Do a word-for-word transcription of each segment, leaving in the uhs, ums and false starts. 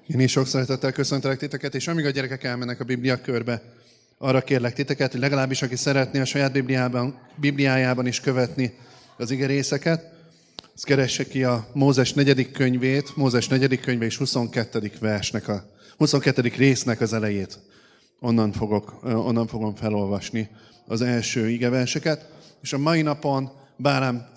Én is sok szeretettel köszöntelek titeket, és amíg a gyerekek elmennek a Biblia körbe, arra kérlek titeket, hogy legalábbis aki szeretné a saját Bibliában, Bibliájában is követni az igerészeket, az keresse ki a Mózes negyedik könyvét, Mózes negyedik könyve és huszonkettedik versnek a huszonkettedik résznek az elejét. Onnan, fogok, onnan fogom felolvasni az első igeverseket. És a mai napon Bálám,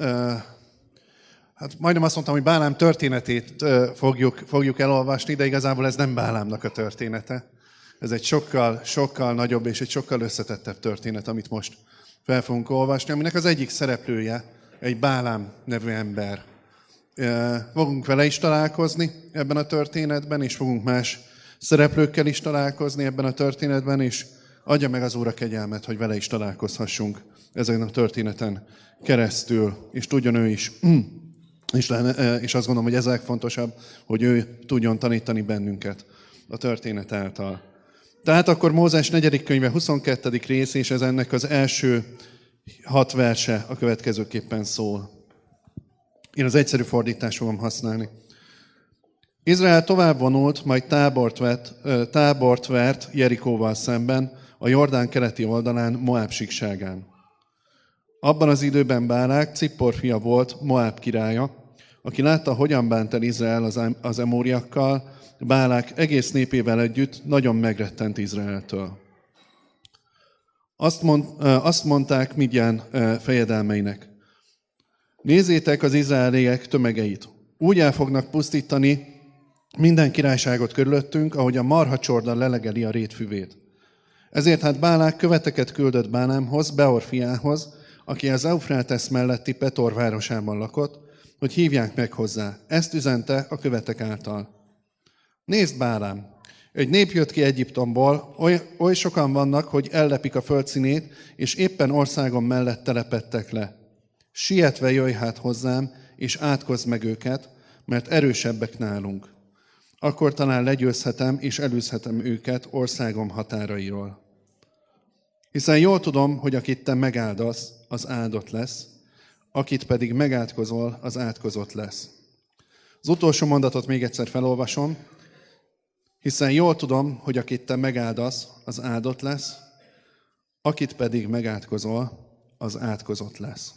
hát majdnem azt mondtam, hogy Bálám történetét fogjuk, fogjuk elolvasni, de igazából ez nem Bálámnak a története. Ez egy sokkal, sokkal nagyobb és egy sokkal összetettebb történet, amit most fel fogunk olvasni, aminek az egyik szereplője egy Bálám nevű ember. Fogunk vele is találkozni ebben a történetben, és fogunk más szereplőkkel is találkozni ebben a történetben, és adja meg az Úr a kegyelmet, hogy vele is találkozhassunk ezen a történeten keresztül, és tudjon ő is, és, és azt gondolom, hogy ez a legfontosabb, hogy ő tudjon tanítani bennünket a történet által. Tehát akkor Mózes negyedik könyve huszonkettedik rész, és ez ennek az első hat verse a következőképpen szól. Én az egyszerű fordítást fogom használni. Izrael tovább vonult, majd tábort, vett, tábort vert Jerikóval szemben, a Jordán keleti oldalán, Moáb síkságán. Abban az időben Bálák, Cippor fia volt, Moáb királya, aki látta, hogyan bánt el Izrael az, az emóriakkal, Bálák egész népével együtt nagyon megrettent Izraeltől. Azt, mond, azt mondták Midján fejedelmeinek: nézzétek az izraeliek tömegeit. Úgy el fognak pusztítani minden királyságot körülöttünk, ahogy a marhacsorda lelegeli a rétfüvét. Ezért hát Bálák követeket küldött Bálámhoz, Beor fiához, aki az Eufrátesz melletti Petor városában lakott, hogy hívják meg hozzá. Ezt üzente a követek által. Nézd, Bálám! Egy nép jött ki Egyiptomból, oly, oly sokan vannak, hogy ellepik a földszínét, és éppen országom mellett telepedtek le. Sietve jöjj hát hozzám, és átkozd meg őket, mert erősebbek nálunk. Akkor talán legyőzhetem és elűzhetem őket országom határairól. Hiszen jól tudom, hogy akit te megáldasz, az áldott lesz, akit pedig megátkozol, az átkozott lesz. Az utolsó mondatot még egyszer felolvasom. Hiszen jól tudom, hogy akit te megáldasz, az áldott lesz, akit pedig megátkozol, az átkozott lesz.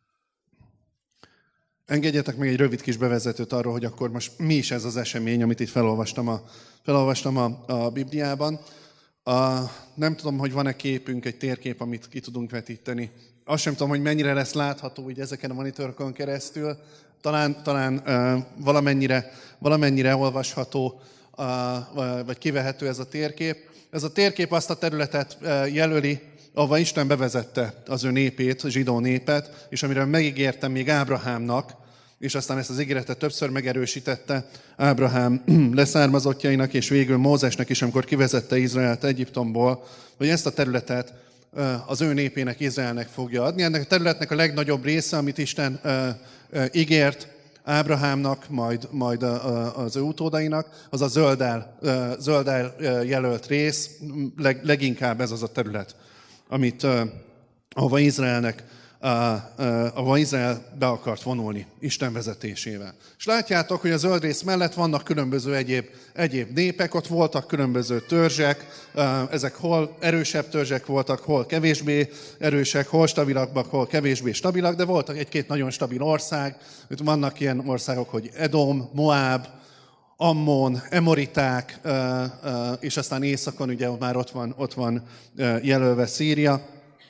Engedjetek meg egy rövid kis bevezetőt arról, hogy akkor most mi is ez az esemény, amit itt felolvastam a, felolvastam a, a Bibliában. A, nem tudom, hogy van-e képünk, egy térkép, amit ki tudunk vetíteni. Azt sem tudom, hogy mennyire lesz látható így ezeken a monitorokon keresztül. Talán, talán uh, valamennyire, valamennyire olvasható, uh, vagy kivehető ez a térkép. Ez a térkép azt a területet uh, jelöli, ahova Isten bevezette az ő népét, a zsidó népet, és amiről megígérte még Ábrahámnak, és aztán ezt az ígéretet többször megerősítette Ábrahám leszármazottjainak, és végül Mózesnek is, amikor kivezette Izraelt Egyiptomból, hogy ezt a területet az ő népének, Izraelnek fogja adni. Ennek a területnek a legnagyobb része, amit Isten ígért Ábrahámnak, majd, majd az ő utódainak, az a zölddel, zölddel jelölt rész, leg, leginkább ez az a terület, amit, ahova Izraelnek, ahova Izrael be akart vonulni Isten vezetésével. És látjátok, hogy a zöld rész mellett vannak különböző egyéb, egyéb népek, ott voltak különböző törzsek, ezek hol erősebb törzsek voltak, hol kevésbé erősek, hol stabilabbak, hol kevésbé stabilak, de voltak egy-két nagyon stabil ország. Itt vannak ilyen országok, hogy Edom, Moáb, Ammon, Emoriták, és aztán északon ugye már ott van, ott van jelölve Szíria,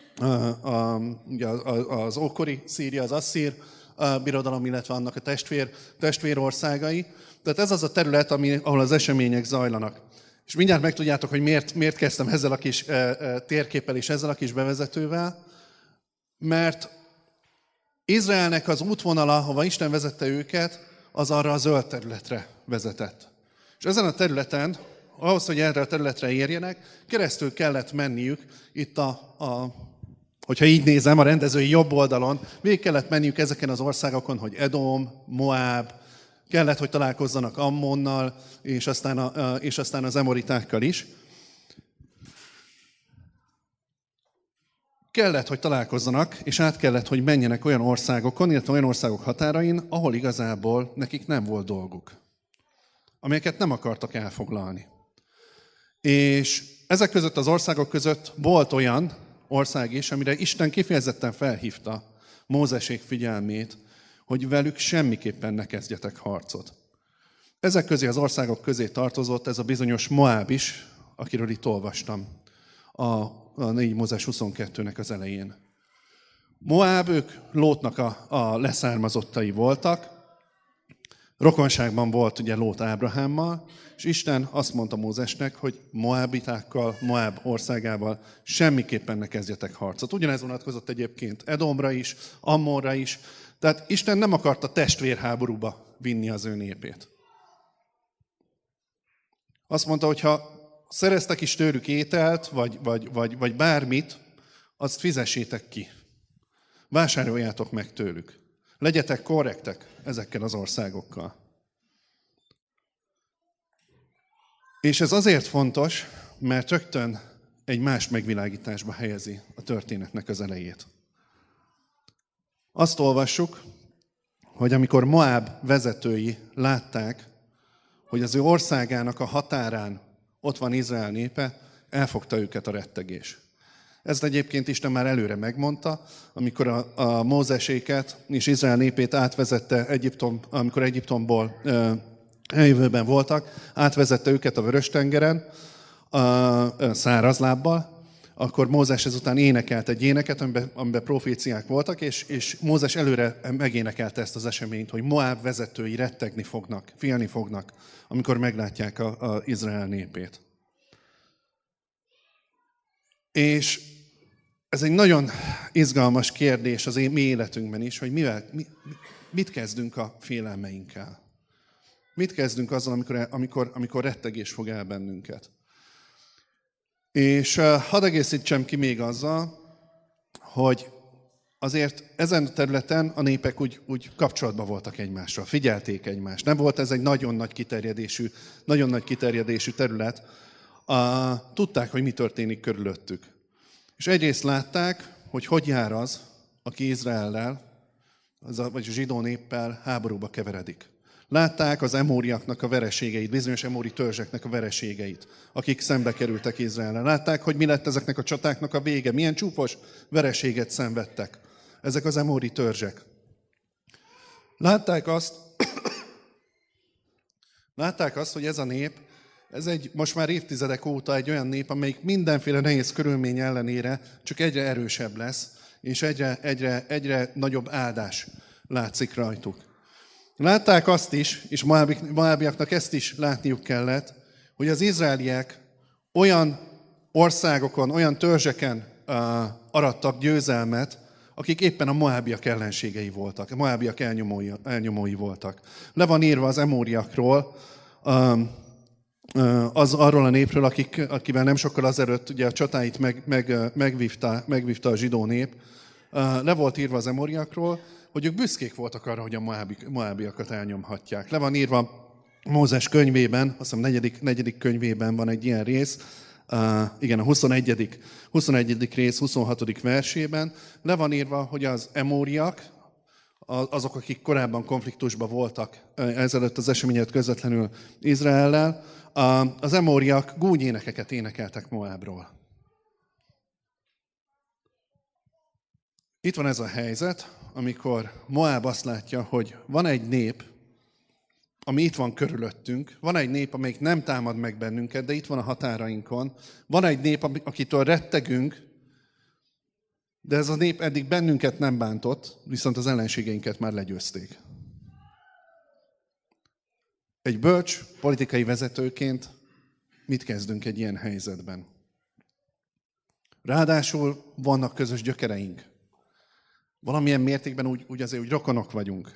az ókori Szíria, az asszír birodalom, illetve annak a testvér, testvérországai. Tehát ez az a terület, ami, ahol az események zajlanak. És mindjárt megtudjátok, hogy miért, miért kezdtem ezzel a kis térképpel és ezzel a kis bevezetővel, mert Izraelnek az útvonala, ahova Isten vezette őket, az arra a zöld területre vezetett. És ezen a területen, ahhoz, hogy erre a területre érjenek, keresztül kellett menniük itt a, a hogyha így nézem, a rendezői jobb oldalon, végig kellett menniük ezeken az országokon, hogy Edom, Moáb, kellett, hogy találkozzanak Ammonnal, és aztán, a, és aztán az emoritákkal is. Kellett, hogy találkozzanak, és át kellett, hogy menjenek olyan országokon, illetve olyan országok határain, ahol igazából nekik nem volt dolguk. amelyeket nem akartak elfoglalni. És ezek között az országok között volt olyan ország is, amire Isten kifejezetten felhívta Mózesék figyelmét, hogy velük semmiképpen ne kezdjetek harcot. Ezek közé az országok közé tartozott ez a bizonyos Moáb is, akiről itt olvastam a, a négy Mózes huszonkettőnek az elején. Moáb, ők Lótnak a, a leszármazottai voltak, rokonságban volt ugye Lót Ábrahámmal, és Isten azt mondta Mózesnek, hogy Moábitákkal, Moáb országával semmiképpen ne kezdjetek harcot. Ugyanez vonatkozott egyébként Edomra is, Ammonra is, tehát Isten nem akarta testvérháborúba vinni az ő népét. Azt mondta, hogy ha szereztek is tőlük ételt, vagy, vagy, vagy, vagy bármit, azt fizessétek ki. Vásároljátok meg tőlük. Legyetek korrektek ezekkel az országokkal. És ez azért fontos, mert rögtön egy más megvilágításba helyezi a történetnek az elejét. Azt olvassuk, hogy amikor Moáb vezetői látták, hogy az ő országának a határán ott van Izrael népe, elfogta őket a rettegés. Ezt egyébként Isten már előre megmondta, amikor a, a Mózeséket és Izrael népét átvezette Egyiptom, amikor Egyiptomból ö, eljövőben voltak, átvezette őket a Vörös-tengeren a, a szárazlábbal, akkor Mózes ezután énekelt egy éneket, amiben, amiben proféciák voltak, és, és Mózes előre megénekelte ezt az eseményt, hogy Moáb vezetői rettegni fognak, félni fognak, amikor meglátják a, a Izrael népét. És ez egy nagyon izgalmas kérdés az mi életünkben is, hogy mivel, mi, mit kezdünk a félelmeinkkel. Mit kezdünk azzal, amikor, amikor, amikor rettegés fog el bennünket. És hadd egészítsem ki még azzal, hogy azért ezen a területen a népek úgy, úgy kapcsolatban voltak egymással, figyelték egymást. Nem volt ez egy nagyon nagy kiterjedésű, nagyon nagy kiterjedésű terület. A, tudták, hogy mi történik körülöttük. És egyrészt látták, hogy hogy jár az, aki Izraellel, az a, vagy a zsidó néppel háborúba keveredik. Látták az emóriaknak a vereségeit, bizonyos emóri törzseknek a vereségeit, akik szembe kerültek Izraellel. Látták, hogy mi lett ezeknek a csatáknak a vége, milyen csúfos vereséget szenvedtek ezek az emóri törzsek. Látták azt, látták azt, hogy ez a nép, ez egy most már évtizedek óta egy olyan nép, amelyik mindenféle nehéz körülmény ellenére csak egyre erősebb lesz, és egyre, egyre, egyre nagyobb áldás látszik rajtuk. Látták azt is, és moábiaknak ezt is látniuk kellett, hogy az izraeliek olyan országokon, olyan törzseken uh, arattak győzelmet, akik éppen a moábiak ellenségei voltak, a moábiak elnyomói, elnyomói voltak. Le van írva az emóriakról, um, uh, az arról a népről, akik, akivel nem sokkal azelőtt ugye a csatáit meg, meg, megvívta, megvívta a zsidó nép. Uh, le volt írva az emóriakról, hogy ők büszkék voltak arra, hogy a moábi, moábiakat elnyomhatják. Le van írva Mózes könyvében, azt hiszem negyedik, negyedik könyvében van egy ilyen rész, uh, igen, a huszonegyedik, huszonegyedik rész, huszonhatodik versében, le van írva, hogy az emóriak, azok, akik korábban konfliktusban voltak ezelőtt az eseményet közvetlenül Izraellel, az emóriak gúnyénekeket énekeltek Moábról. Itt van ez a helyzet, amikor Moáb azt látja, hogy van egy nép, ami itt van körülöttünk, van egy nép, amelyik nem támad meg bennünket, de itt van a határainkon, van egy nép, akitől rettegünk, de ez a nép eddig bennünket nem bántott, viszont az ellenségeinket már legyőzték. Egy bölcs politikai vezetőként mit kezdünk egy ilyen helyzetben? Ráadásul vannak közös gyökereink. Valamilyen mértékben úgy, úgy azért úgy rokonok vagyunk.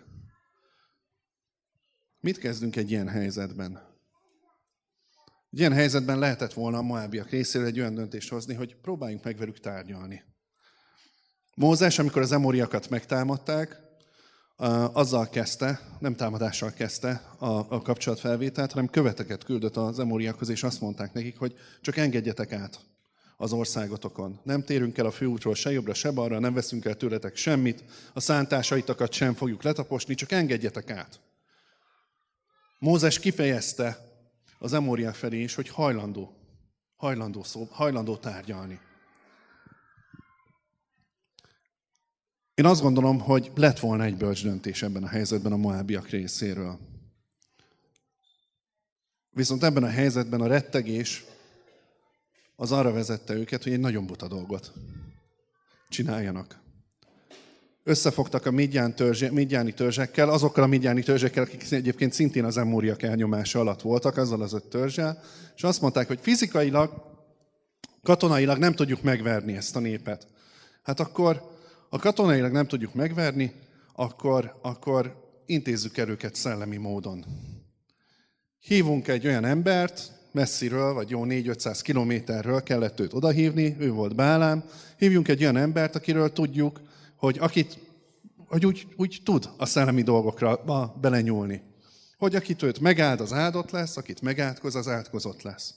Mit kezdünk egy ilyen helyzetben? Egy ilyen helyzetben lehetett volna a moábiak részéről egy olyan döntést hozni, hogy próbáljunk meg velük tárgyalni. Mózes, amikor az emóriakat megtámadták, azzal kezdte, nem támadással kezdte a, a kapcsolatfelvételt, hanem követeket küldött az emóriakhoz, és azt mondták nekik, hogy csak engedjetek át az országotokon. Nem térünk el a főútról se jobbra, se balra, nem veszünk el tőletek semmit, a szántásaitokat sem fogjuk letaposni, csak engedjetek át. Mózes kifejezte az emóriák felé is, hogy hajlandó, hajlandó, szó, hajlandó tárgyalni. Én azt gondolom, hogy lett volna egy bölcs döntés ebben a helyzetben a moábiak részéről. Viszont ebben a helyzetben a rettegés az arra vezette őket, hogy egy nagyon buta dolgot csináljanak. Összefogtak a midján törzse, midjáni törzsekkel, azokkal a midjáni törzsekkel, akik egyébként szintén az emóriak elnyomása alatt voltak, azzal az öt törzsel, és azt mondták, hogy fizikailag, katonailag nem tudjuk megverni ezt a népet. Hát akkor, ha katonailag nem tudjuk megverni, akkor, akkor intézzük el őket szellemi módon. Hívunk egy olyan embert, messziről, vagy jó négy-ötszáz kilométerről kellett őt odahívni, ő volt Bálám. Hívjunk egy olyan embert, akiről tudjuk, hogy akit, hogy úgy, úgy tud a szellemi dolgokra belenyúlni. Hogy akit őt megáld, az áldott lesz, akit megátkoz, az átkozott lesz.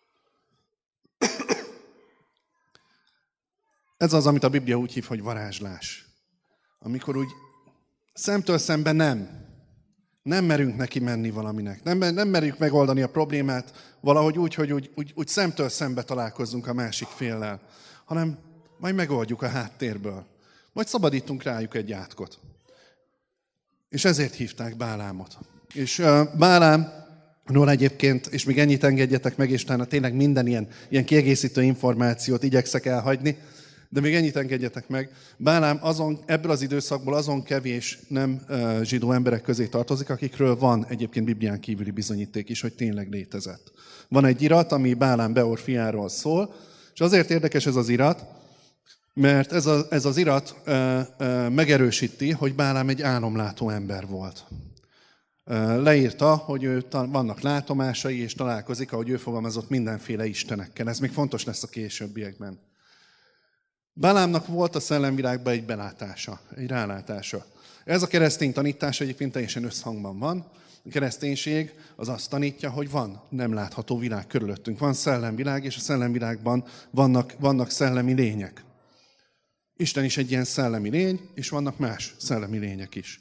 Ez az, amit a Biblia úgy hív, hogy varázslás. Amikor úgy szemtől szemben nem. Nem merünk neki menni valaminek. Nem, nem merjük megoldani a problémát valahogy úgy, hogy úgy, úgy, úgy szemtől szembe találkozzunk a másik féllel. Hanem majd megoldjuk a háttérből. Majd szabadítunk rájuk egy átkot. És ezért hívták Bálámot. És uh, Bálámról egyébként, és még ennyit engedjetek meg, és utána tényleg minden ilyen, ilyen kiegészítő információt igyekszek elhagyni, de még ennyit engedjetek meg. Bálám azon, ebből az időszakból azon kevés nem uh, zsidó emberek közé tartozik, akikről van egyébként Biblián kívüli bizonyíték is, hogy tényleg létezett. Van egy irat, ami Bálám Beor fiáról szól, és azért érdekes ez az irat, mert ez, a, ez az irat uh, uh, megerősíti, hogy Bálám egy álomlátó ember volt. Uh, leírta, hogy ő, vannak látomásai, és találkozik, ahogy ő fogalmazott, mindenféle istenekkel. Ez még fontos lesz a későbbiekben. Bálámnak volt a szellemvilágban egy belátása, egy rálátása. Ez a keresztény tanítás egyébként teljesen összhangban van. A kereszténység az azt tanítja, hogy van nem látható világ körülöttünk. Van szellemvilág, és a szellemvilágban vannak, vannak szellemi lények. Isten is egy ilyen szellemi lény, és vannak más szellemi lények is.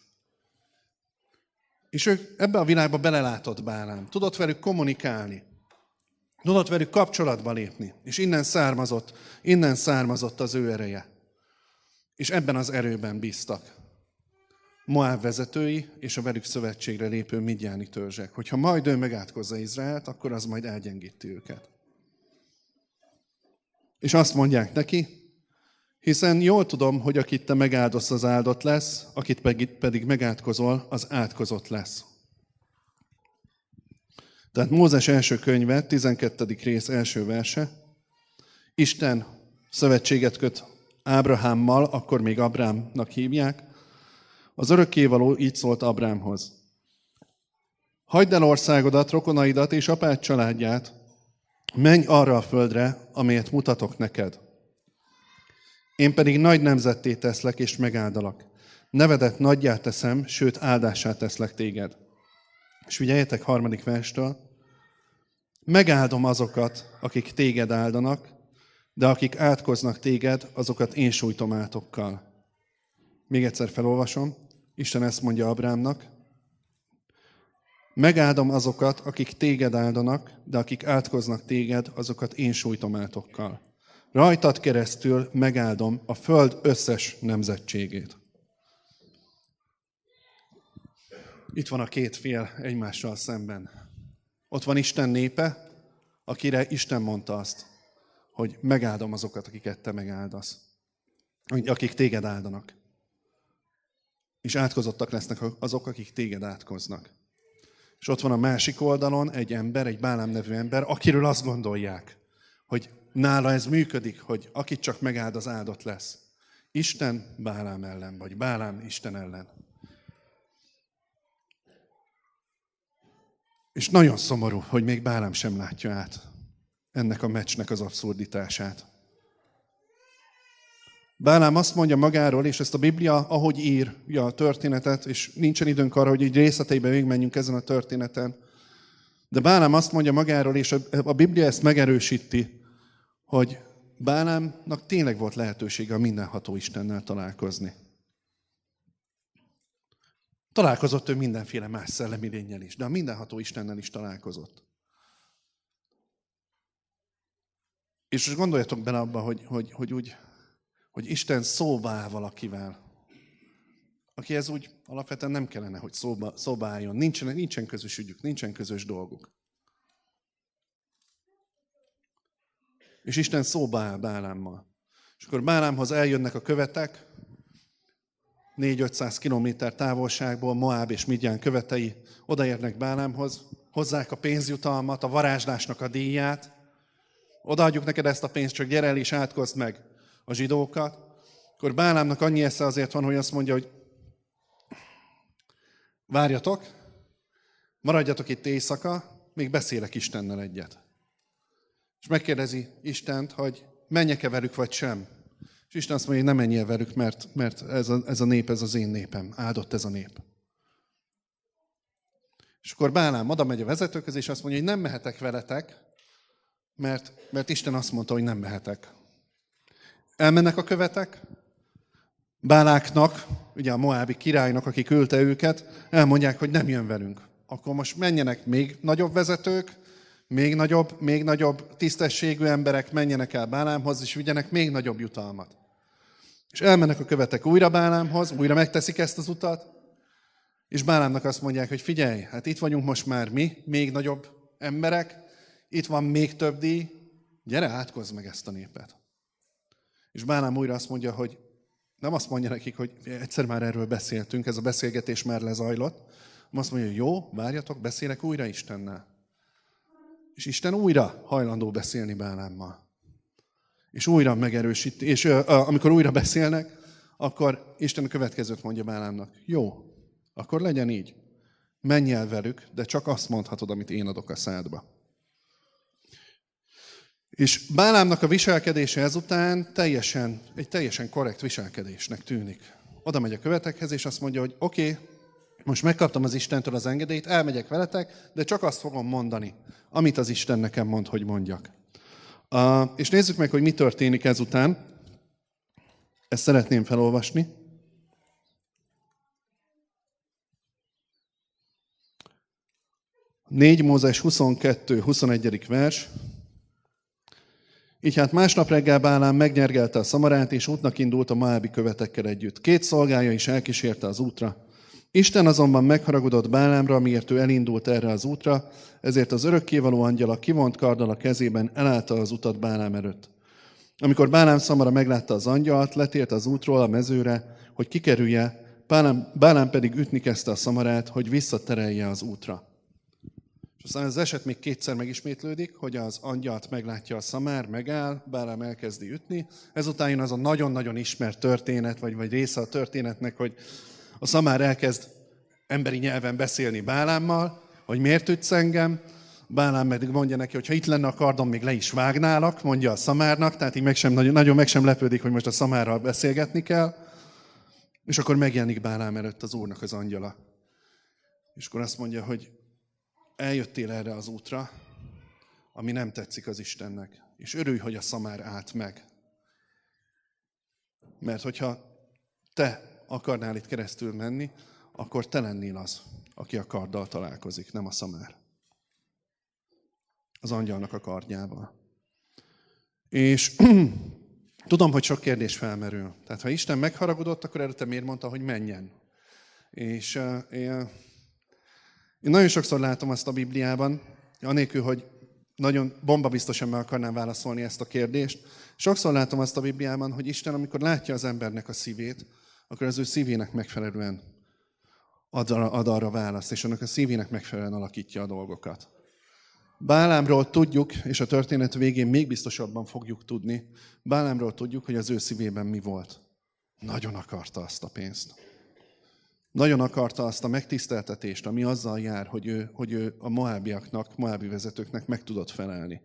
És ő ebbe a világba belelátott Bálám. Tudott velük kommunikálni. Tudott velük kapcsolatba lépni. És innen származott, innen származott az ő ereje. És ebben az erőben bíztak Moáb vezetői és a velük szövetségre lépő midjáni törzsek. Hogyha majd ő megátkozza Izraelt, akkor az majd elgyengíti őket. És azt mondják neki, hiszen jól tudom, hogy akit te megáldosz, az áldott lesz, akit pedig megátkozol, az átkozott lesz. Tehát Mózes első könyve, tizenkettedik rész első verse. Isten szövetséget köt Ábrahámmal, akkor még Abrámnak hívják. Az örökkévaló így szólt Abrámhoz. Hagyd el országodat, rokonaidat és apád családját, menj arra a földre, amelyet mutatok neked. Én pedig nagy nemzetté teszlek és megáldalak. Nevedet nagyjá teszem, sőt áldássá teszlek téged. És figyeljetek harmadik verstől. Megáldom azokat, akik téged áldanak, de akik átkoznak téged, azokat én sújtom átokkal. Még egyszer felolvasom. Isten ezt mondja Abrámnak. Megáldom azokat, akik téged áldanak, de akik átkoznak téged, azokat én sújtom átokkal. Rajtad keresztül megáldom a föld összes nemzetségét. Itt van a két fél egymással szemben. Ott van Isten népe, akire Isten mondta azt, hogy megáldom azokat, akiket te megáldasz. Akik téged áldanak. És átkozottak lesznek azok, akik téged átkoznak. És ott van a másik oldalon egy ember, egy Bálám nevű ember, akiről azt gondolják, hogy nála ez működik, hogy akit csak megáld, az áldott lesz. Isten Bálám ellen, vagy Bálám Isten ellen. És nagyon szomorú, hogy még Bálám sem látja át ennek a meccsnek az abszurditását. Bálám azt mondja magáról, és ezt a Biblia, ahogy írja a történetet, és nincsen időnk arra, hogy így részleteiben végigmenjünk ezen a történeten, de Bálám azt mondja magáról, és a Biblia ezt megerősíti, hogy Bálámnak tényleg volt lehetősége a mindenható Istennel találkozni. Találkozott ő mindenféle más szellemi lénnyel is, de a mindenható Istennel is találkozott. És most gondoljatok bele abba, hogy, hogy, hogy, úgy, hogy Isten szóba áll valakivel, akihez úgy alapvetően nem kellene, hogy szóba, szóba álljon. Nincsen, nincsen közös ügyük, nincsen közös dolguk. És Isten szóba áll Bálámmal. És akkor Bálámhoz eljönnek a követek, négy-ötszáz kilométer távolságból, Moáb és Midján követei odaérnek Bálámhoz, hozzák a pénzjutalmat, a varázslásnak a díját, odaadjuk neked ezt a pénzt, csak gyere el és átkozd meg a zsidókat. Akkor Bálámnak annyi esze azért van, hogy azt mondja, hogy várjatok, maradjatok itt éjszaka, még beszélek Istennel egyet. És megkérdezi Istent, hogy menjek-e velük, vagy sem. És Isten azt mondja, hogy ne menjél velük, mert, mert ez, a, ez a nép, ez az én népem. Áldott ez a nép. És akkor Bálám oda megy a vezetőköz, és azt mondja, hogy nem mehetek veletek, mert, mert Isten azt mondta, hogy nem mehetek. Elmennek a követek, Báláknak, ugye a moábi királynak, aki küldte őket, elmondják, hogy nem jön velünk. Akkor most menjenek még nagyobb vezetők, még nagyobb, még nagyobb tisztességű emberek, menjenek el Bálámhoz, és vigyenek még nagyobb jutalmat. És elmennek a követek újra Bálámhoz, újra megteszik ezt az utat, és Bálámnak azt mondják, hogy figyelj, hát itt vagyunk most már mi, még nagyobb emberek, itt van még több díj, gyere, átkozz meg ezt a népet. És Bálám újra azt mondja, hogy nem azt mondja nekik, hogy egyszer már erről beszéltünk, ez a beszélgetés már lezajlott, hanem azt mondja, hogy jó, várjatok, beszélek újra Istennel. És Isten újra hajlandó beszélni Bálámmal. És újra megerősít, és uh, amikor újra beszélnek, akkor Isten a következőt mondja Bálámnak. Jó, akkor legyen így. Menj el velük, de csak azt mondhatod, amit én adok a szádba. És Bálámnak a viselkedése ezután teljesen, egy teljesen korrekt viselkedésnek tűnik. Oda megy a követekhez, és azt mondja, hogy oké, okay, most megkaptam az Istentől az engedélyt, elmegyek veletek, de csak azt fogom mondani, amit az Isten nekem mond, hogy mondjak. Uh, és nézzük meg, hogy mi történik ezután. Ezt szeretném felolvasni. négy Mózes huszonkettő huszonegyedik vers. Így hát másnap reggel Bálám megnyergelte a szamarát, és útnak indult a moábi követekkel együtt. Két szolgája is elkísérte az útra. Isten azonban megharagudott Bálámra, miért ő elindult erre az útra, ezért az örökkévaló angyala kivont karddal a kezében elállta az utat Bálám előtt. Amikor Bálám szamara meglátta az angyalt, letért az útról a mezőre, hogy kikerülje, Bálám, Bálám pedig ütni kezdte a szamarát, hogy visszaterelje az útra. És aztán az eset még kétszer megismétlődik, hogy az angyalt meglátja a szamár, megáll, Bálám elkezdi ütni. Ezután jön az a nagyon-nagyon ismert történet, vagy, vagy része a történetnek, hogy a szamár elkezd emberi nyelven beszélni Bálámmal, hogy miért ütsz engem. Bálám pedig mondja neki, hogy ha itt lenne a kardom, még le is vágnálak, mondja a szamárnak, tehát így meg sem, nagyon, nagyon meg sem lepődik, hogy most a szamárral beszélgetni kell. És akkor megjelenik Bálám előtt az Úrnak az angyala. És akkor azt mondja, hogy eljöttél erre az útra, ami nem tetszik az Istennek, és örülj, hogy a szamár állt meg. Mert hogyha te akarnál itt keresztül menni, akkor te lennél az, aki a karddal találkozik, nem a szamár. Az angyalnak a kardjával. És tudom, hogy sok kérdés felmerül. Tehát ha Isten megharagudott, akkor előtte miért mondta, hogy menjen? És uh, én, én nagyon sokszor látom azt a Bibliában, anélkül, hogy nagyon bombabiztosan meg akarnám válaszolni ezt a kérdést. Sokszor látom azt a Bibliában, hogy Isten, amikor látja az embernek a szívét, akkor az ő szívének megfelelően ad, ad arra választ, és annak a szívének megfelelően alakítja a dolgokat. Bálámról tudjuk, és a történet végén még biztosabban fogjuk tudni, Bálámról tudjuk, hogy az ő szívében mi volt. Nagyon akarta azt a pénzt. Nagyon akarta azt a megtiszteltetést, ami azzal jár, hogy ő, hogy ő a moábiaknak, moábi vezetőknek meg tudott felelni.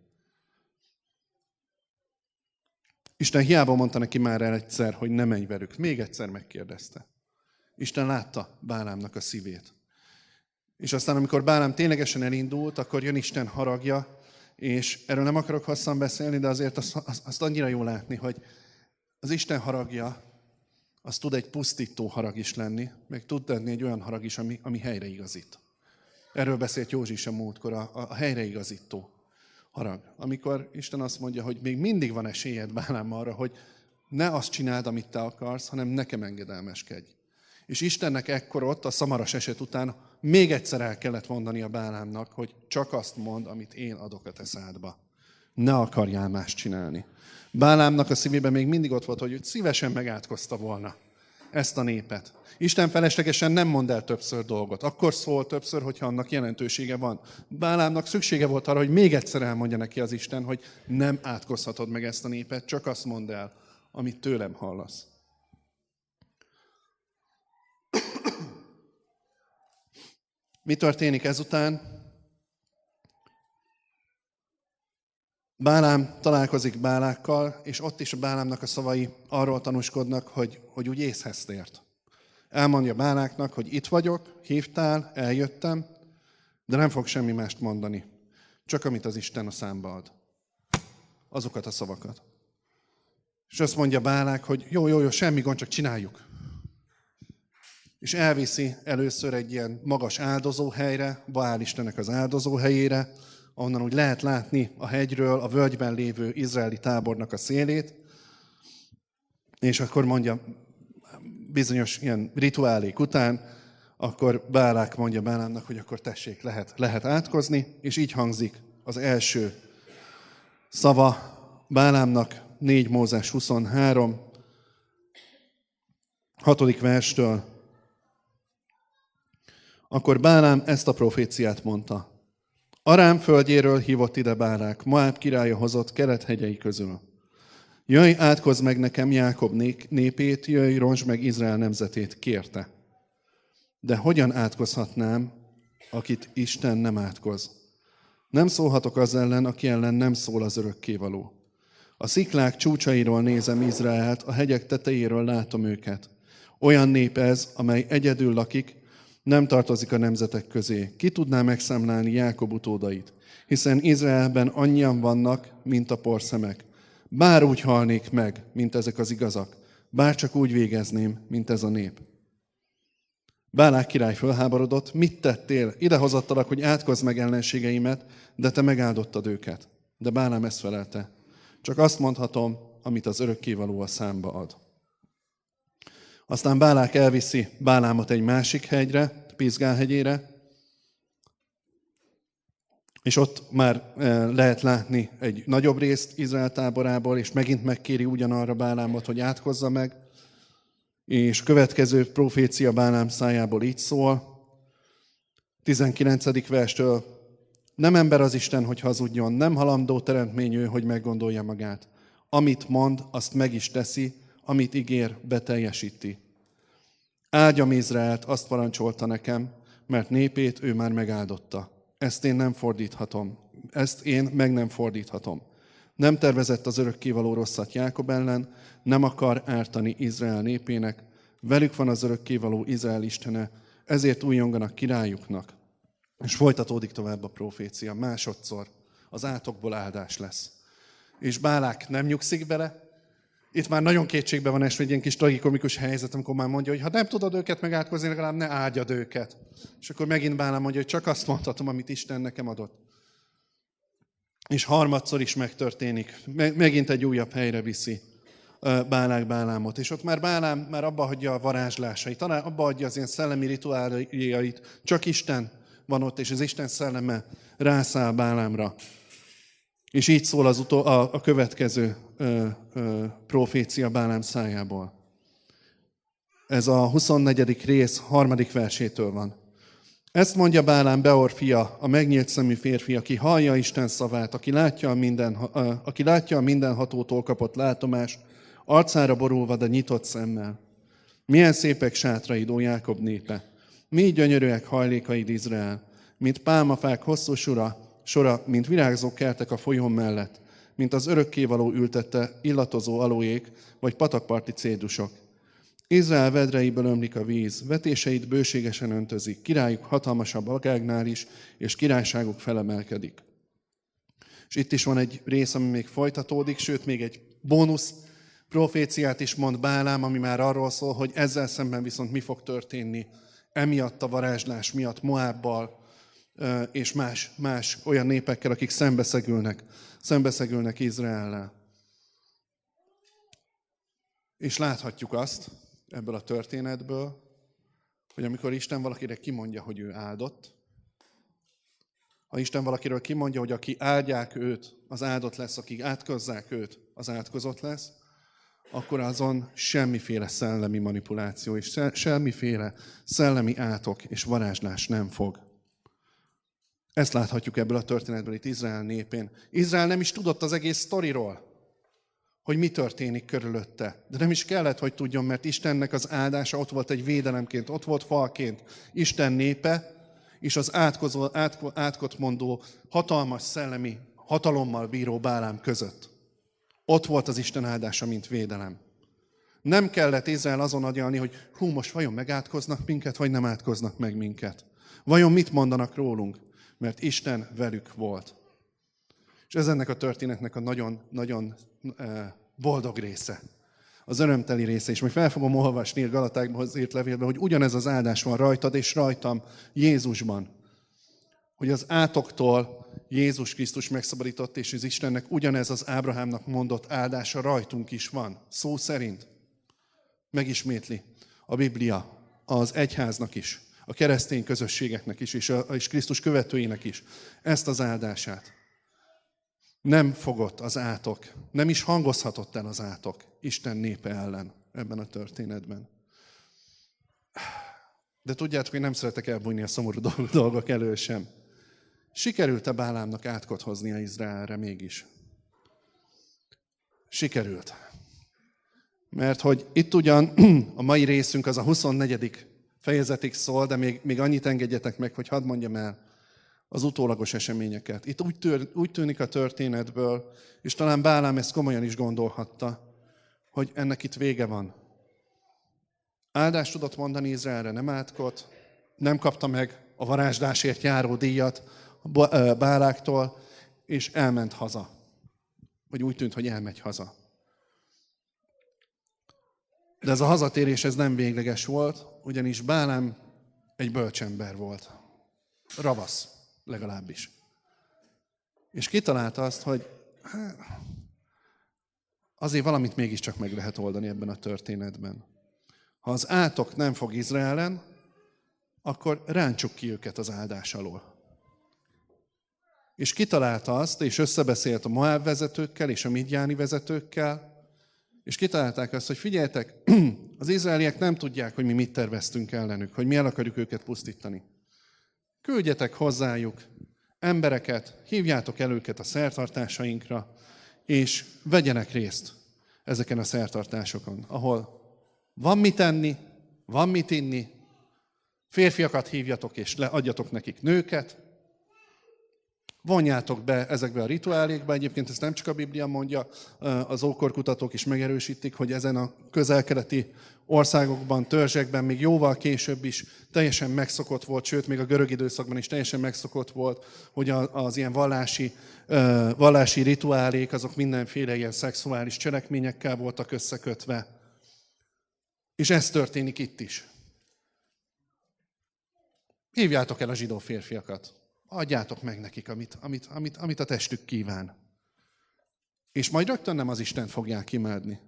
Isten hiába mondta neki már el egyszer, hogy ne menj velük. Még egyszer megkérdezte. Isten látta Bálámnak a szívét. És aztán, amikor Bálám ténylegesen elindult, akkor jön Isten haragja, és erről nem akarok hosszan beszélni, de azért azt, azt, azt annyira jó látni, hogy az Isten haragja az tud egy pusztító harag is lenni, meg tud lenni egy olyan harag is, ami, ami helyreigazít. Erről beszélt Józsi is a múltkor, a, a helyreigazító harag. Amikor Isten azt mondja, hogy még mindig van esélyed, Bálám, arra, hogy ne azt csináld, amit te akarsz, hanem nekem engedelmeskedj. És Istennek ekkor ott, a szamaras eset után még egyszer el kellett mondani a Bálámnak, hogy csak azt mond, amit én adok a te szádba. Ne akarjál mást csinálni. Bálámnak a szívében még mindig ott volt, hogy ő szívesen megátkozta volna ezt a népet. Isten feleslegesen nem mond el többször dolgot. Akkor szól többször, hogyha annak jelentősége van. Bálámnak szüksége volt arra, hogy még egyszer elmondja neki az Isten, hogy nem átkozhatod meg ezt a népet, csak azt mondd el, amit tőlem hallasz. Mi történik ezután? Bálám találkozik Bálákkal, és ott is a Bálámnak a szavai arról tanúskodnak, hogy, hogy úgy észhez tért. Elmondja Báláknak, hogy itt vagyok, hívtál, eljöttem, de nem fog semmi mást mondani. Csak amit az Isten a számba ad. Azokat a szavakat. És azt mondja Bálák, hogy jó, jó, jó, semmi gond, csak csináljuk. És elviszi először egy ilyen magas áldozóhelyre, Baál Istennek az áldozóhelyére, ahonnan úgy lehet látni a hegyről a völgyben lévő izraeli tábornak a szélét, és akkor mondja, bizonyos ilyen rituálék után, akkor Bálák mondja Bálámnak, hogy akkor tessék, lehet, lehet átkozni, és így hangzik az első szava Bálámnak, négy Mózes huszonhárom, hatodik verstől. Akkor Bálám ezt a proféciát mondta. Arám földjéről hívott ide Bálák, Moáb királya hozott Kelet hegyei közül. Jöjj, átkozz meg nekem Jákob népét, jöjj, rontsd meg Izrael nemzetét, kérte. De hogyan átkozhatnám, akit Isten nem átkoz? Nem szólhatok az ellen, aki ellen nem szól az örökkévaló. A sziklák csúcsairól nézem Izraelt, a hegyek tetejéről látom őket. Olyan nép ez, amely egyedül lakik, nem tartozik a nemzetek közé. Ki tudná megszámlálni Jákob utódait? Hiszen Izraelben annyian vannak, mint a porszemek. Bár úgy halnék meg, mint ezek az igazak, bár csak úgy végezném, mint ez a nép. Bálák király fölháborodott, mit tettél? Idehozattalak, hogy átkozz meg ellenségeimet, de te megáldottad őket. De Bálám ezt felelte. Csak azt mondhatom, amit az örökkévaló a számba ad. Aztán Bálák elviszi Bálámot egy másik hegyre, Pizgál hegyére, és ott már lehet látni egy nagyobb részt Izrael táborából, és megint megkéri ugyanarra Bálámot, hogy átkozza meg, és következő profécia Bálám szájából így szól, tizenkilencedik verstől, nem ember az Isten, hogy hazudjon, nem halandó teremtmény ő, hogy meggondolja magát. Amit mond, azt meg is teszi, amit ígér, beteljesíti. Áldjam Izraelt, azt parancsolta nekem, mert népét ő már megáldotta. Ezt én nem fordíthatom. Ezt én meg nem fordíthatom. Nem tervezett az örökkévaló rosszat Jákob ellen, nem akar ártani Izrael népének, velük van az örökkévaló Izrael istene, ezért újonganak királyuknak. És folytatódik tovább a profécia. Másodszor az átokból áldás lesz. És Bálák nem nyugszik bele. Itt már nagyon kétségbe van esve egy ilyen kis tragikomikus helyzet, amikor már mondja, hogy ha nem tudod őket megátkozni, legalább ne áldjad őket. És akkor megint Bálám mondja, hogy csak azt mondhatom, amit Isten nekem adott. És harmadszor is megtörténik. Megint egy újabb helyre viszi Bálák Bálámot. És ott már Bálám már abba hagyja a varázslásait, talán abba hagyja az ilyen szellemi rituáljait. Csak Isten van ott, és az Isten szelleme rászáll Bálámra. És így szól az utol, a, a következő ö, ö, profécia Bálám szájából. Ez a huszonnegyedik rész harmadik versétől van. Ezt mondja Bálám, Beor fia, a megnyílt szemű férfi, aki hallja Isten szavát, aki látja a, minden, aki látja a mindenhatótól kapott látomást, arcára borulva, de nyitott szemmel. Milyen szépek sátraid, ó Jákob népe! Mi gyönyörűek hajlékaid, Izrael! Mint pálmafák hosszú sora, sora, mint virágzó kertek a folyón mellett, mint az örökkévaló ültette illatozó alóék, vagy patakparti cédusok. Izrael vedreiből ömlik a víz, vetéseit bőségesen öntözik, királyuk hatalmasabb agágnál is, és királyságuk felemelkedik. És itt is van egy rész, ami még folytatódik, sőt, még egy bónusz Proféciát is mond Bálám, ami már arról szól, hogy ezzel szemben viszont mi fog történni emiatt a varázslás miatt Moábbal és más, más olyan népekkel, akik szembeszegülnek, szembeszegülnek Izraellel. És láthatjuk azt ebből a történetből, hogy amikor Isten valakire kimondja, hogy ő áldott, ha Isten valakiről kimondja, hogy aki áldják őt, az áldott lesz, akik átkozzák őt, az átkozott lesz, akkor azon semmiféle szellemi manipuláció és semmiféle szellemi átok és varázslás nem fog. Ezt láthatjuk ebből a történetből itt Izrael népén. Izrael nem is tudott az egész sztoriról, hogy mi történik körülötte. De nem is kellett, hogy tudjon, mert Istennek az áldása ott volt egy védelemként, ott volt falként. Isten népe és az átkozó, átko, átkot mondó, hatalmas szellemi hatalommal bíró Bálám között. Ott volt az Isten áldása, mint védelem. Nem kellett Izrael azon agyalni, hogy hú, most vajon megátkoznak minket, vagy nem átkoznak meg minket. Vajon mit mondanak rólunk? Mert Isten velük volt. És ez ennek a történetnek a nagyon-nagyon boldog része. Az örömteli része. És majd fel fogom olvasni a Galatákhoz írt levélben, hogy ugyanez az áldás van rajtad és rajtam Jézusban. Hogy az átoktól Jézus Krisztus megszabadított, és az Istennek ugyanez az Ábrahámnak mondott áldása rajtunk is van. Szó szerint. Megismétli a Biblia az egyháznak is, a keresztény közösségeknek is, és, a, és Krisztus követőinek is ezt az áldását. Nem fogott az átok, nem is hangozhatott el az átok Isten népe ellen ebben a történetben. De tudjátok, hogy nem szeretek elbújni a szomorú dolgok elől sem. Sikerült-e Bálámnak átkot hoznia Izraelre mégis? Sikerült. Mert hogy itt ugyan a mai részünk az a huszonnegyedik fejezetig szól, de még, még annyit engedjetek meg, hogy hadd mondjam el az utólagos eseményeket. Itt úgy, tör, úgy tűnik a történetből, és talán Bálám ezt komolyan is gondolhatta, hogy ennek itt vége van. Áldást tudott mondani Izraelre, nem átkot, nem kapta meg a varázslásért járó díjat Báláktól, és elment haza. Vagy úgy tűnt, hogy elmegy haza. De ez a hazatérés ez nem végleges volt, ugyanis Bálám egy bölcsember volt. Ravasz, legalábbis. És kitalálta azt, hogy azért valamit mégiscsak meg lehet oldani ebben a történetben. Ha az átok nem fog Izraelen, akkor rántsuk ki őket az áldás alól. És kitalálta azt, és összebeszélt a Moáb vezetőkkel és a midjáni vezetőkkel, és kitalálták azt, hogy figyeljetek, az izraeliek nem tudják, hogy mi mit terveztünk ellenük, hogy mi el akarjuk őket pusztítani. Küldjetek hozzájuk embereket, hívjátok el őket a szertartásainkra, és vegyenek részt ezeken a szertartásokon, ahol van mit enni, van mit inni, férfiakat hívjatok, és adjatok nekik nőket, vonjátok be ezekbe a rituálékba, egyébként ezt nem csak a Biblia mondja, az ókorkutatók is megerősítik, hogy ezen a közel-keleti országokban, törzsekben még jóval később is teljesen megszokott volt, sőt, még a görög időszakban is teljesen megszokott volt, hogy az ilyen vallási, vallási rituálék, azok mindenféle ilyen szexuális cselekményekkel voltak összekötve. És ez történik itt is. Hívjátok el a zsidó férfiakat. Adjátok meg nekik, amit, amit, amit, amit a testük kíván. És majd rögtön nem az Istent fogják imádni.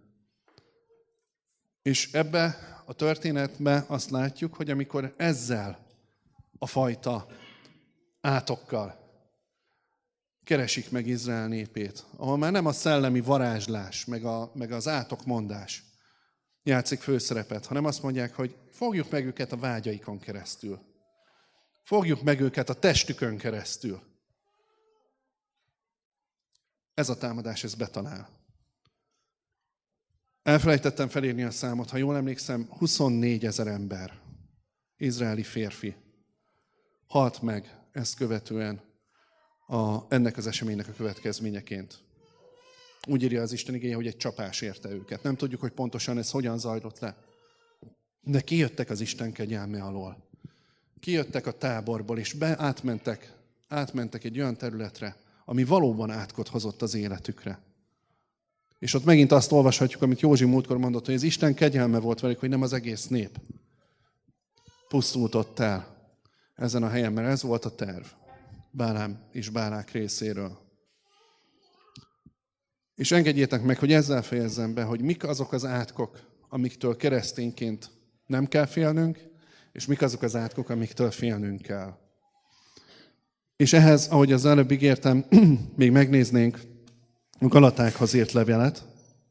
És ebbe a történetbe azt látjuk, hogy amikor ezzel a fajta átokkal keresik meg Izrael népét, ahol már nem a szellemi varázslás, meg, a, meg az átokmondás játszik főszerepet, hanem azt mondják, hogy fogjuk meg őket a vágyaikon keresztül. Fogjuk meg őket a testükön keresztül. Ez a támadás, ez betalál. Elfelejtettem felírni a számot, ha jól emlékszem, huszonnégyezer ember, izraeli férfi halt meg ezt követően a, ennek az eseménynek a következményeként. Úgy írja az Isten igéje, hogy egy csapás érte őket. Nem tudjuk, hogy pontosan ez hogyan zajlott le. De kijöttek az Isten kegyelme alól. Kijöttek a táborból, és be, átmentek, átmentek egy olyan területre, ami valóban átkot hozott az életükre. És ott megint azt olvashatjuk, amit Józsi múltkor mondott, hogy az Isten kegyelme volt velük, hogy nem az egész nép pusztult ott el ezen a helyen, mert ez volt a terv Bálám és Bálák részéről. És engedjétek meg, hogy ezzel fejezzem be, hogy mik azok az átkok, amiktől keresztényként nem kell félnünk, és mik azok az átkok, amiktől félnünk kell. És ehhez, ahogy az előbb ígértem, még megnéznénk a Galatákhoz írt levelet.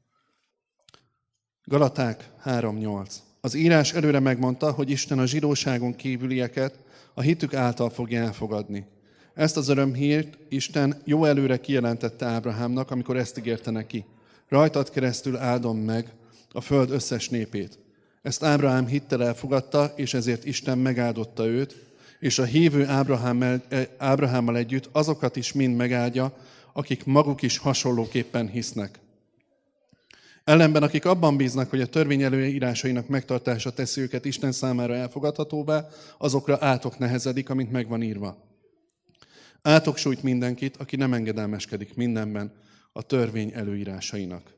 Galaták három nyolc. Az írás előre megmondta, hogy Isten a zsidóságon kívülieket a hitük által fogja elfogadni. Ezt az örömhírt Isten jó előre kijelentette Ábrahámnak, amikor ezt ígérte neki. Rajtad keresztül áldom meg a föld összes népét. Ezt Ábrahám hittel elfogadta, és ezért Isten megáldotta őt, és a hívő Ábrahámmal, Ábrahámmal együtt azokat is mind megáldja, akik maguk is hasonlóképpen hisznek. Ellenben, akik abban bíznak, hogy a törvény előírásainak megtartása teszi őket Isten számára elfogadhatóvá, azokra átok nehezedik, amint meg van írva. Átok sújt mindenkit, aki nem engedelmeskedik mindenben a törvény előírásainak.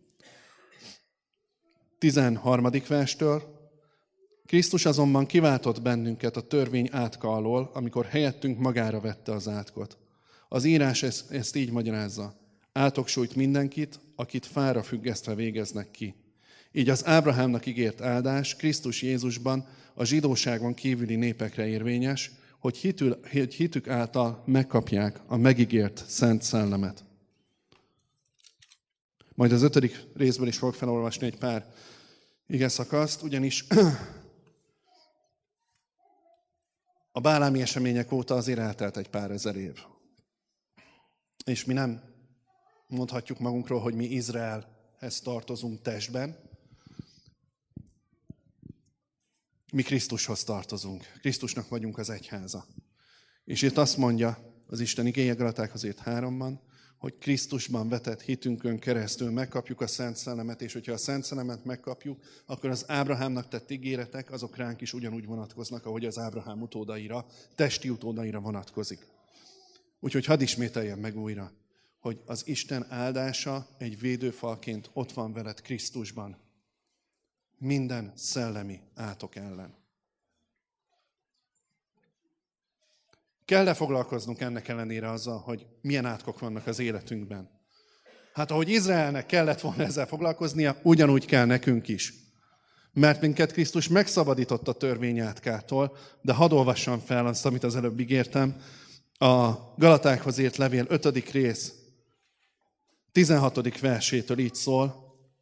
tizenharmadik verstől. Krisztus azonban kiváltott bennünket a törvény átka alól, amikor helyettünk magára vette az átkot. Az írás ezt, ezt így magyarázza. Átok sújt mindenkit, akit fára függesztve végeznek ki. Így az Ábrahámnak ígért áldás Krisztus Jézusban a zsidóságon kívüli népekre érvényes, hogy, hitül, hogy hitük által megkapják a megígért Szent Szellemet. Majd az ötödik részből is fogok felolvasni egy pár igeszakaszt, ugyanis a bálámi események óta azért eltelt egy pár ezer év. És mi nem mondhatjuk magunkról, hogy mi Izraelhez tartozunk testben. Mi Krisztushoz tartozunk. Krisztusnak vagyunk az egyháza. És itt azt mondja az Isten igéje Galatákhoz írt háromban, hogy Krisztusban vetett hitünkön keresztül megkapjuk a Szent Szellemet, és hogyha a Szent Szellemet megkapjuk, akkor az Ábrahámnak tett ígéretek, azok ránk is ugyanúgy vonatkoznak, ahogy az Ábrahám utódaira, testi utódaira vonatkozik. Úgyhogy hadd ismételjem meg újra, hogy az Isten áldása egy védőfalként ott van veled Krisztusban. Minden szellemi átok ellen. Kell-e foglalkoznunk ennek ellenére azzal, hogy milyen átkok vannak az életünkben? Hát ahogy Izraelnek kellett volna ezzel foglalkoznia, ugyanúgy kell nekünk is. Mert minket Krisztus megszabadított a törvény átkától, de hadd olvassam fel azt, amit az előbb ígértem, a Galatákhoz írt levél ötödik rész, tizenhatodik versétől így szól,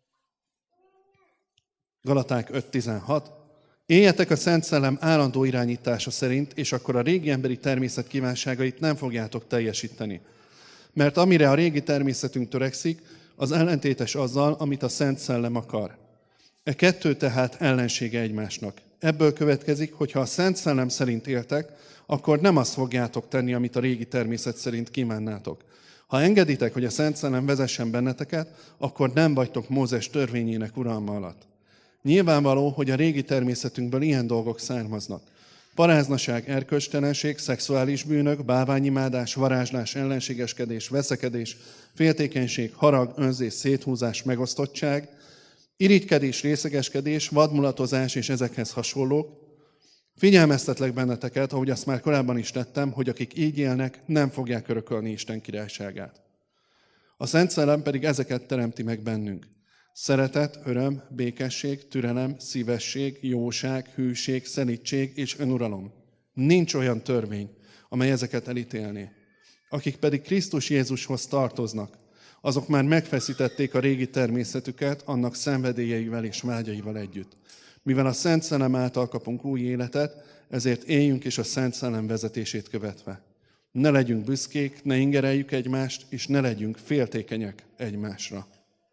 Galaták öt tizenhat. Éljetek a Szent Szellem állandó irányítása szerint, és akkor a régi emberi természet kívánságait nem fogjátok teljesíteni. Mert amire a régi természetünk törekszik, az ellentétes azzal, amit a Szent Szellem akar. E kettő tehát ellensége egymásnak. Ebből következik, hogy ha a Szent Szellem szerint éltek, akkor nem azt fogjátok tenni, amit a régi természet szerint kívánnátok. Ha engeditek, hogy a Szent Szellem vezessen benneteket, akkor nem vagytok Mózes törvényének uralma alatt. Nyilvánvaló, hogy a régi természetünkből ilyen dolgok származnak. Paráznaság, erkölcstelenség, szexuális bűnök, bálványimádás, varázslás, ellenségeskedés, veszekedés, féltékenység, harag, önzés, széthúzás, megosztottság, irigykedés, részegeskedés, vadmulatozás és ezekhez hasonlók. Figyelmeztetlek benneteket, ahogy azt már korábban is tettem, hogy akik így élnek, nem fogják örökölni Isten királyságát. A Szent Szellem pedig ezeket teremti meg bennünk. Szeretet, öröm, békesség, türelem, szívesség, jóság, hűség, szelídség és önuralom. Nincs olyan törvény, amely ezeket elítélné. Akik pedig Krisztus Jézushoz tartoznak, azok már megfeszítették a régi természetüket annak szenvedélyeivel és vágyaival együtt. Mivel a Szent Szellem által kapunk új életet, ezért éljünk is a Szent Szellem vezetését követve. Ne legyünk büszkék, ne ingereljük egymást, és ne legyünk féltékenyek egymásra.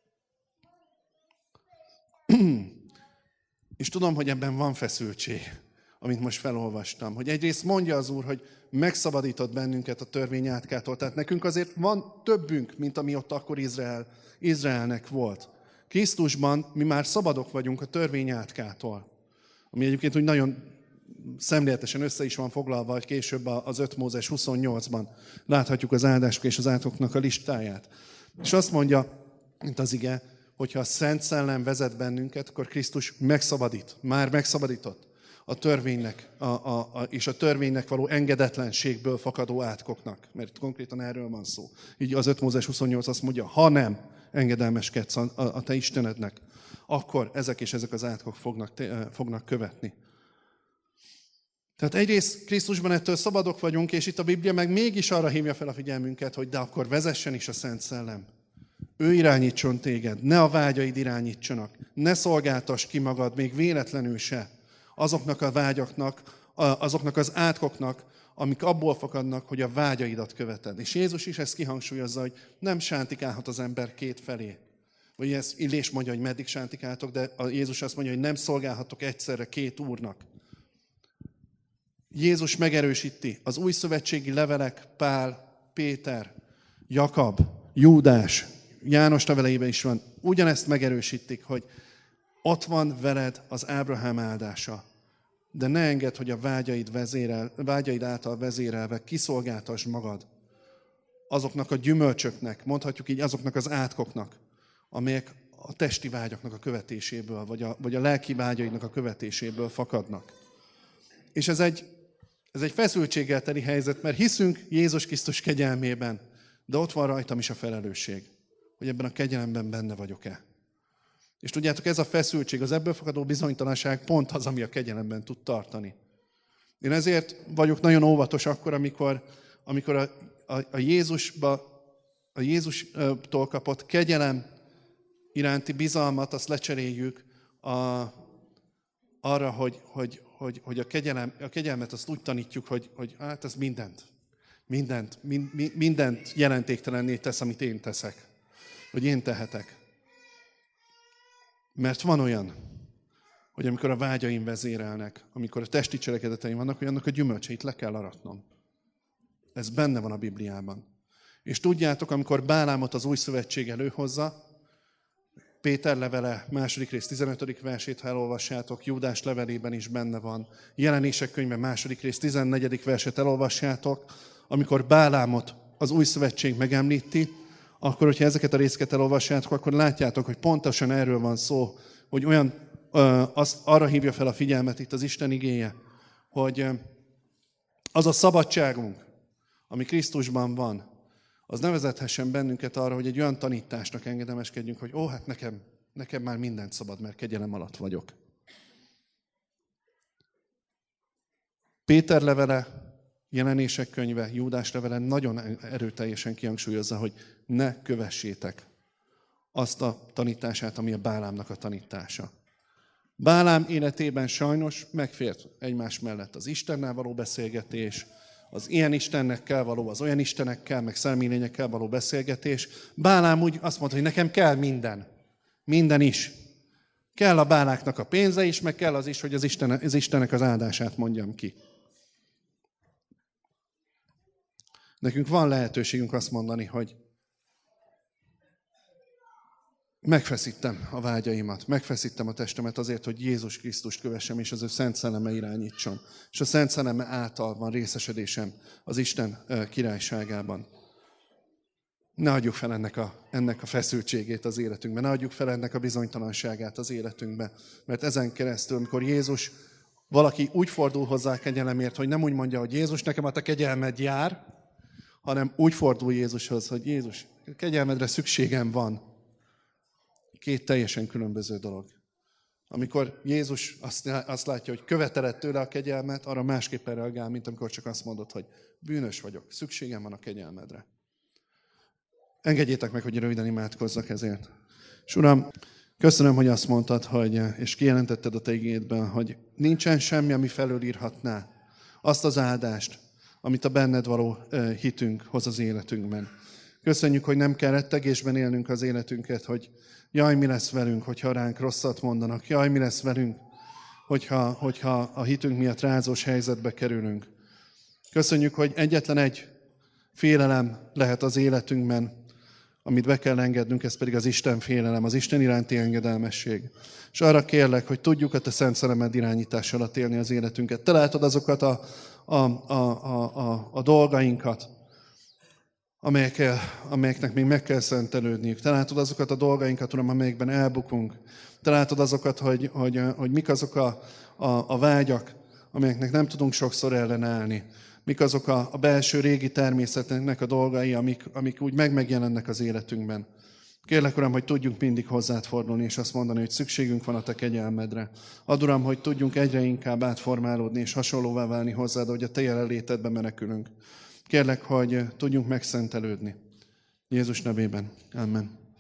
És tudom, hogy ebben van feszültség, amit most felolvastam. Hogy egyrészt mondja az Úr, hogy megszabadított bennünket a törvény átkától. Tehát nekünk azért van többünk, mint ami ott akkor Izrael, Izraelnek volt. Krisztusban mi már szabadok vagyunk a törvény átkától. Ami egyébként úgy nagyon szemléletesen össze is van foglalva, hogy később az öt Mózes huszonnyolcban láthatjuk az áldások és az átoknak a listáját. És azt mondja, mint az ige, hogyha a Szent Szellem vezet bennünket, akkor Krisztus megszabadít, már megszabadított a törvénynek a, a, a, és a törvénynek való engedetlenségből fakadó átkoknak, mert konkrétan erről van szó. Így az öt Mózes huszonnyolc azt mondja, ha nem engedelmeskedsz a, a, a te Istenednek, akkor ezek és ezek az átkok fognak, te, fognak követni. Tehát egyrészt Krisztusban ettől szabadok vagyunk, és itt a Biblia meg mégis arra hívja fel a figyelmünket, hogy de akkor vezessen is a Szent Szellem. Ő irányítson téged, ne a vágyaid irányítsanak, ne szolgáltass ki magad, még véletlenül se, azoknak a vágyaknak, azoknak az átkoknak, amik abból fakadnak, hogy a vágyaidat követed. És Jézus is ezt kihangsúlyozza, hogy nem sántikálhat az ember két felé. Vagy ez Illés mondja, hogy meddig sántikáltok, de a Jézus azt mondja, hogy nem szolgálhatok egyszerre két úrnak. Jézus megerősíti az új szövetségi levelek, Pál, Péter, Jakab, Júdás, János leveleiben is van, ugyanezt megerősítik, hogy ott van veled az Ábrahám áldása, de ne engedd, hogy a vágyaid, vezérel, vágyaid által vezérelve kiszolgáltasd magad azoknak a gyümölcsöknek, mondhatjuk így azoknak az átkoknak, amelyek a testi vágyaknak a követéséből, vagy a, vagy a lelki vágyaidnak a követéséből fakadnak. És ez egy, ez egy feszültséggel teli helyzet, mert hiszünk Jézus Krisztus kegyelmében, de ott van rajtam is a felelősség, hogy ebben a kegyelemben benne vagyok-e. És tudjátok, ez a feszültség, az ebből fakadó bizonytalanság pont az, ami a kegyelemben tud tartani. Én ezért vagyok nagyon óvatos akkor, amikor, amikor a, a, a Jézusba, a Jézustól kapott kegyelem iránti bizalmat, azt lecseréljük a, arra, hogy, hogy, hogy, hogy a, kegyelem, a kegyelmet azt úgy tanítjuk, hogy, hogy hát ez mindent, mindent, mind, mindent jelentéktelenné tesz, amit én teszek, vagy én tehetek. Mert van olyan, hogy amikor a vágyaim vezérelnek, amikor a testi cselekedeteim vannak, hogy annak a gyümölcseit le kell aratnom. Ez benne van a Bibliában. És tudjátok, amikor Bálámot az új szövetség előhozza, Péter levele második rész tizenötödik versét, ha elolvassátok, Júdás levelében is benne van, Jelenések könyve második rész tizennegyedik verset elolvassátok, amikor Bálámot az új szövetség megemlíti, akkor, hogyha ezeket a részeket elolvassátok, akkor látjátok, hogy pontosan erről van szó, hogy olyan, ö, azt, arra hívja fel a figyelmet itt az Isten igéje, hogy ö, az a szabadságunk, ami Krisztusban van, az ne vezethessen bennünket arra, hogy egy olyan tanításnak engedelmeskedjünk, hogy ó, hát nekem, nekem már mindent szabad, mert kegyelem alatt vagyok. Péter levele, Jelenések könyve, Júdás levele nagyon erőteljesen kihangsúlyozza, hogy ne kövessétek azt a tanítását, ami a Bálámnak a tanítása. Bálám életében sajnos megfért egymás mellett az Istennel való beszélgetés, az ilyen istennekkel való, az olyan istenekkel, meg szellemi lényekkel való beszélgetés. Bálám úgy azt mondta, hogy nekem kell minden. Minden is. Kell a Báláknak a pénze is, meg kell az is, hogy az, Isten, az Istennek az áldását mondjam ki. Nekünk van lehetőségünk azt mondani, hogy megfeszítem a vágyaimat, megfeszítem a testemet azért, hogy Jézus Krisztust kövessem, és az ő Szent Szelleme irányítson. És a Szent Szelleme által van részesedésem az Isten királyságában. Ne adjuk fel ennek a, ennek a feszültségét az életünkben, ne adjuk fel ennek a bizonytalanságát az életünkbe, mert ezen keresztül, amikor Jézus, valaki úgy fordul hozzá a kegyelemért, hogy nem úgy mondja, hogy Jézus, nekem a te kegyelmed jár, hanem úgy fordul Jézushoz, hogy Jézus, kegyelmedre szükségem van. Két teljesen különböző dolog. Amikor Jézus azt, azt látja, hogy követeled tőle a kegyelmet, arra másképpen reagál, mint amikor csak azt mondod, hogy bűnös vagyok, szükségem van a kegyelmedre. Engedjétek meg, hogy röviden imádkozzak ezért. És Uram, köszönöm, hogy azt mondtad, hogy, és kijelentetted a te igédben, hogy nincsen semmi, ami felülírhatná azt az áldást, amit a benned való hitünk hoz az életünkben. Köszönjük, hogy nem kell rettegésben élnünk az életünket, hogy jaj, mi lesz velünk, hogyha ránk rosszat mondanak, jaj, mi lesz velünk, hogyha, hogyha a hitünk miatt rázós helyzetbe kerülünk. Köszönjük, hogy egyetlen egy félelem lehet az életünkben, amit be kell engednünk, ez pedig az Isten félelem, az Isten iránti engedelmesség. És arra kérlek, hogy tudjuk a te szent szellemed irányítás alatt élni az életünket. Te látod azokat a, a, a, a, a, a dolgainkat, amelyek, amelyeknek még meg kell szentelődniük. Te látod azokat a dolgainkat, Uram, amelyekben elbukunk. Te látod azokat, hogy, hogy, hogy mik azok a, a, a vágyak, amelyeknek nem tudunk sokszor ellenállni. Mik azok a, a belső régi természetnek a dolgai, amik, amik úgy meg-megjelennek az életünkben. Kérlek, Uram, hogy tudjunk mindig hozzád fordulni, és azt mondani, hogy szükségünk van a Te kegyelmedre. Add, Uram, hogy tudjunk egyre inkább átformálódni, és hasonlóvá válni hozzád, hogy a Te jelenlétedbe menekülünk. Kérlek, hogy tudjunk megszentelődni. Jézus nevében. Amen.